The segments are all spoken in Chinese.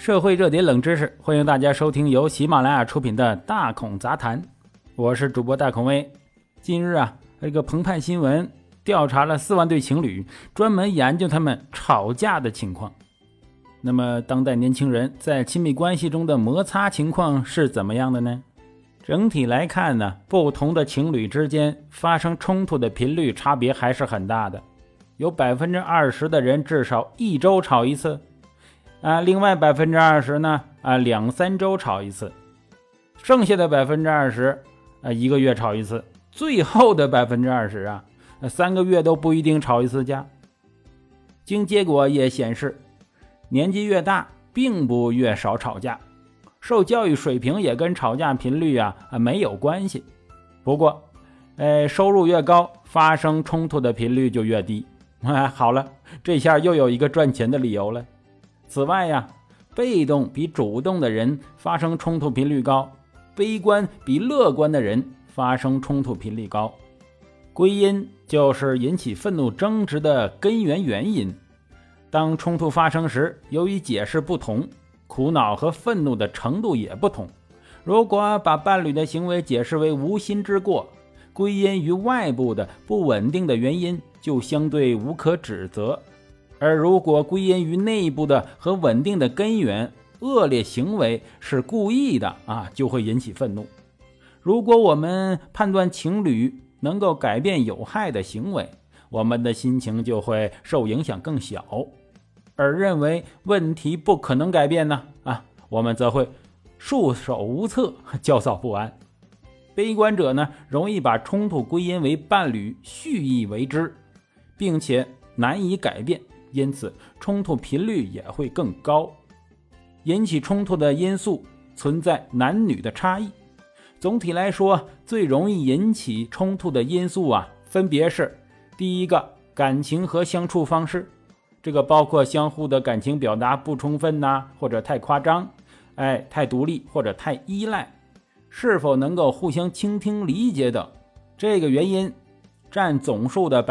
社会热点冷知识，欢迎大家收听由喜马拉雅出品的大孔杂谈，我是主播大孔威。近日这个澎湃新闻调查了4万对情侣，专门研究他们吵架的情况。那么当代年轻人在亲密关系中的摩擦情况是怎么样的呢？整体来看呢，不同的情侣之间发生冲突的频率差别还是很大的。有 20% 的人至少1周吵一次，另外 20% 呢2-3周吵一次，剩下的 20% 1个月吵一次，最后的 20% 3个月都不一定吵一次架。经结果也显示，年纪越大并不越少吵架，受教育水平也跟吵架频率没有关系。不过收入越高，发生冲突的频率就越低。好了，这下又有一个赚钱的理由了。此外被动比主动的人发生冲突频率高，悲观比乐观的人发生冲突频率高。归因就是引起愤怒争执的根源原因。当冲突发生时，由于解释不同，苦恼和愤怒的程度也不同。如果把伴侣的行为解释为无心之过，归因于外部的不稳定的原因，就相对无可指责。而如果归因于内部的和稳定的根源，恶劣行为是故意的就会引起愤怒。如果我们判断情侣能够改变有害的行为，我们的心情就会受影响更小。而认为问题不可能改变呢我们则会束手无策，焦躁不安。悲观者呢，容易把冲突归因为伴侣蓄意为之，并且难以改变，因此冲突频率也会更高。引起冲突的因素存在男女的差异。总体来说，最容易引起冲突的因素分别是：第一个，感情和相处方式，这个包括相互的感情表达不充分或者太夸张，太独立或者太依赖，是否能够互相倾听理解等。这个原因占总数的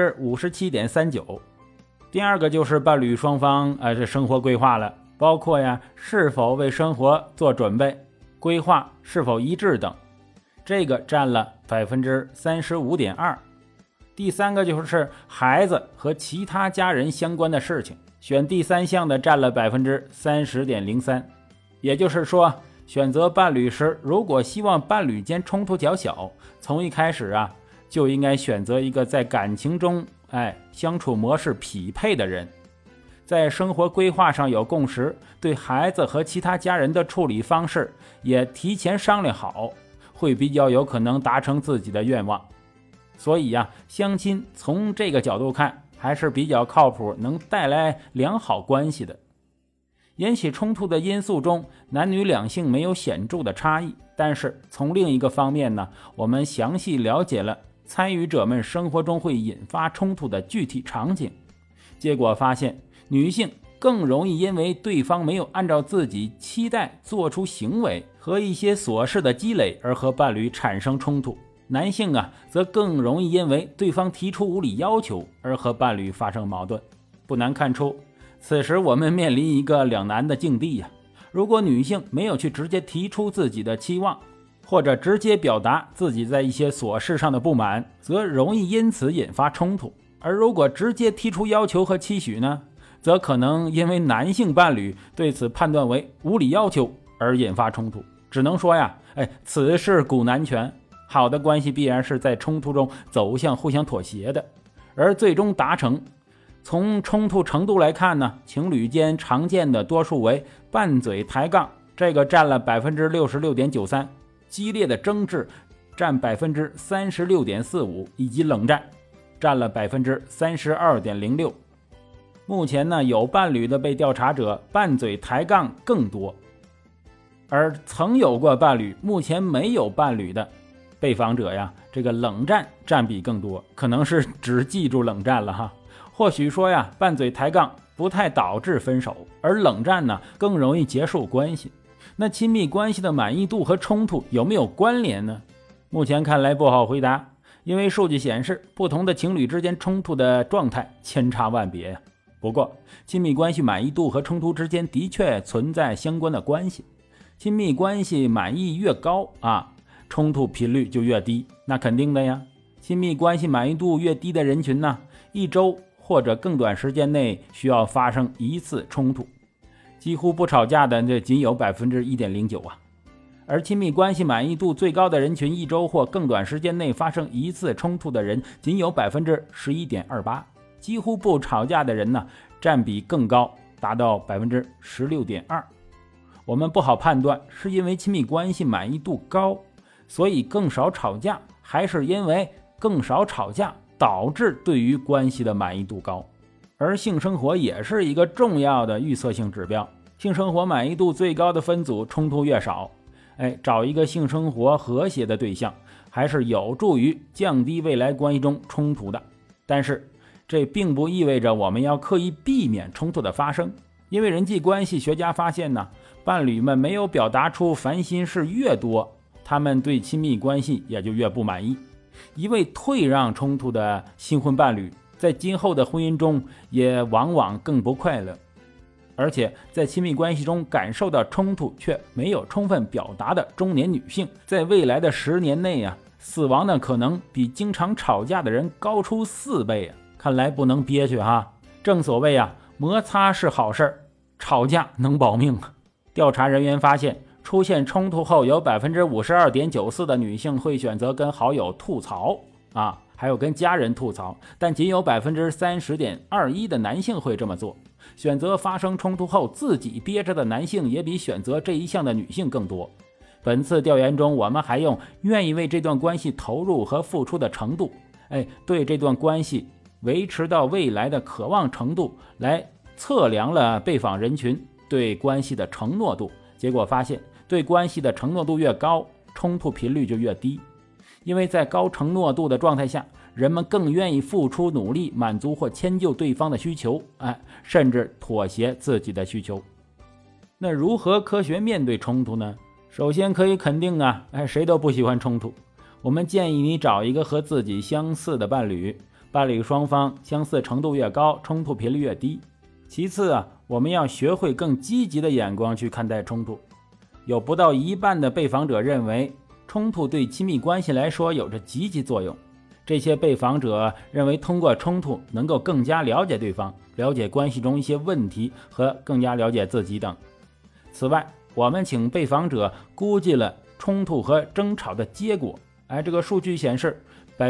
57.39%。第二个就是伴侣双方生活规划了，包括是否为生活做准备，规划是否一致等，这个占了 35.2%。第三个就是孩子和其他家人相关的事情，选第三项的占了 30.03%。 也就是说，选择伴侣时，如果希望伴侣间冲突较小，从一开始就应该选择一个在感情中相处模式匹配的人，在生活规划上有共识，对孩子和其他家人的处理方式也提前商量好，会比较有可能达成自己的愿望。所以相亲从这个角度看还是比较靠谱，能带来良好关系的。引起冲突的因素中，男女两性没有显著的差异，但是从另一个方面呢，我们详细了解了参与者们生活中会引发冲突的具体场景，结果发现女性更容易因为对方没有按照自己期待做出行为和一些琐事的积累而和伴侣产生冲突，男性则更容易因为对方提出无理要求而和伴侣发生矛盾。不难看出，此时我们面临一个两难的境地如果女性没有去直接提出自己的期望，或者直接表达自己在一些琐事上的不满，则容易因此引发冲突。而如果直接提出要求和期许呢，则可能因为男性伴侣对此判断为无理要求而引发冲突。只能说此事古难全，好的关系必然是在冲突中走向互相妥协的，而最终达成。从冲突程度来看呢，情侣间常见的多数为拌嘴抬杠，这个占了 66.93%， 激烈的争执占 36.45%， 以及冷战占了 32.06%。 目前呢，有伴侣的被调查者拌嘴抬杠更多，而曾有过伴侣目前没有伴侣的被访者这个冷战占比更多，可能是只记住冷战了或许说拌嘴抬杠不太导致分手，而冷战呢更容易结束关系。那亲密关系的满意度和冲突有没有关联呢？目前看来不好回答，因为数据显示不同的情侣之间冲突的状态千差万别不过，亲密关系满意度和冲突之间的确存在相关的关系。亲密关系满意越高冲突频率就越低，那肯定的呀。亲密关系满意度越低的人群呢，一周或者更短时间内需要发生一次冲突，几乎不吵架的这仅有 1.09%而亲密关系满意度最高的人群，一周或更短时间内发生一次冲突的人仅有 11.28%， 几乎不吵架的人呢，占比更高，达到 16.2%。我们不好判断是因为亲密关系满意度高，所以更少吵架，还是因为更少吵架导致对于关系的满意度高。而性生活也是一个重要的预测性指标，性生活满意度最高的分组冲突越少。找一个性生活和谐的对象，还是有助于降低未来关系中冲突的。但是这并不意味着我们要刻意避免冲突的发生，因为人际关系学家发现呢，伴侣们没有表达出烦心事越多，他们对亲密关系也就越不满意。一味退让冲突的新婚伴侣，在今后的婚姻中也往往更不快乐。而且在亲密关系中感受到冲突却没有充分表达的中年女性，在未来的10年内死亡的可能比经常吵架的人高出4倍看来不能憋屈正所谓摩擦是好事，吵架能保命调查人员发现，出现冲突后有 52.94% 的女性会选择跟好友吐槽还有跟家人吐槽，但仅有 30.21% 的男性会这么做。选择发生冲突后自己憋着的男性也比选择这一项的女性更多。本次调研中，我们还用愿意为这段关系投入和付出的程度，对这段关系维持到未来的渴望程度来测量了被访人群对关系的承诺度。结果发现，对关系的承诺度越高，冲突频率就越低。因为在高承诺度的状态下，人们更愿意付出努力满足或迁就对方的需求，甚至妥协自己的需求。那如何科学面对冲突呢？首先可以肯定谁都不喜欢冲突。我们建议你找一个和自己相似的伴侣，伴侣双方相似程度越高，冲突频率越低。其次我们要学会更积极的眼光去看待冲突。有不到一半的被访者认为冲突对亲密关系来说有着积极作用。这些被访者认为通过冲突能够更加了解对方，了解关系中一些问题和更加了解自己等。此外，我们请被访者估计了冲突和争吵的结果。这个数据显示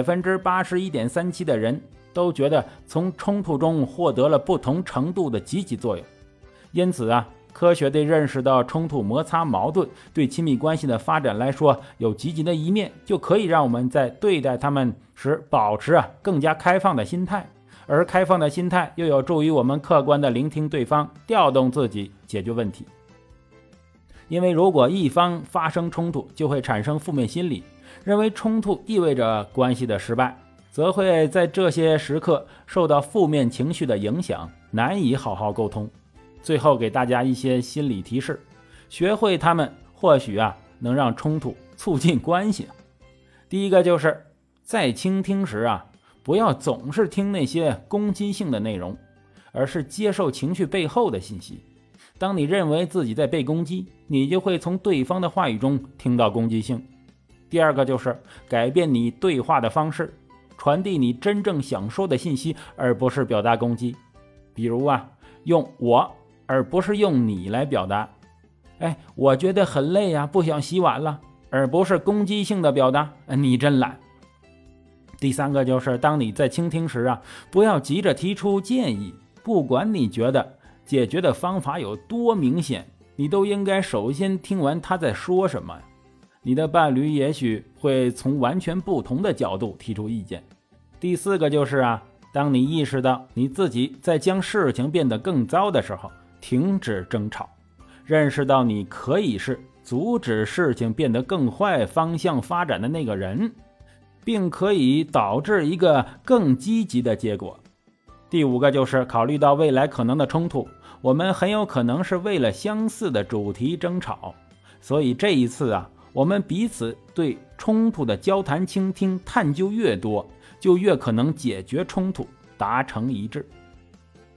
81.37% 的人都觉得从冲突中获得了不同程度的积极作用。因此科学地认识到冲突、摩擦、矛盾对亲密关系的发展来说有积极的一面，就可以让我们在对待他们时保持更加开放的心态。而开放的心态又有助于我们客观地聆听对方，调动自己解决问题。因为如果一方发生冲突，就会产生负面心理，认为冲突意味着关系的失败，则会在这些时刻受到负面情绪的影响，难以好好沟通。最后给大家一些心理提示，学会它们或许能让冲突促进关系。第一个就是在倾听时不要总是听那些攻击性的内容，而是接受情绪背后的信息。当你认为自己在被攻击，你就会从对方的话语中听到攻击性。第二个就是改变你对话的方式，传递你真正想说的信息，而不是表达攻击。比如用我而不是用你来表达。我觉得很累不想洗碗了，而不是攻击性的表达你真懒。第三个就是当你在倾听时不要急着提出建议，不管你觉得解决的方法有多明显，你都应该首先听完他在说什么。你的伴侣也许会从完全不同的角度提出意见。第四个就是当你意识到你自己在将事情变得更糟的时候，停止争吵，认识到你可以是阻止事情变得更坏方向发展的那个人，并可以导致一个更积极的结果。第五个就是考虑到未来可能的冲突，我们很有可能是为了相似的主题争吵，所以这一次我们彼此对冲突的交谈、倾听、探究越多，就越可能解决冲突，达成一致。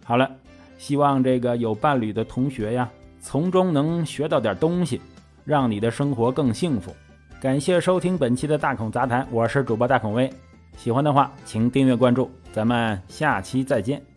好了，希望这个有伴侣的同学呀，从中能学到点东西，让你的生活更幸福。感谢收听本期的大孔杂谈，我是主播大孔威。喜欢的话请订阅关注，咱们下期再见。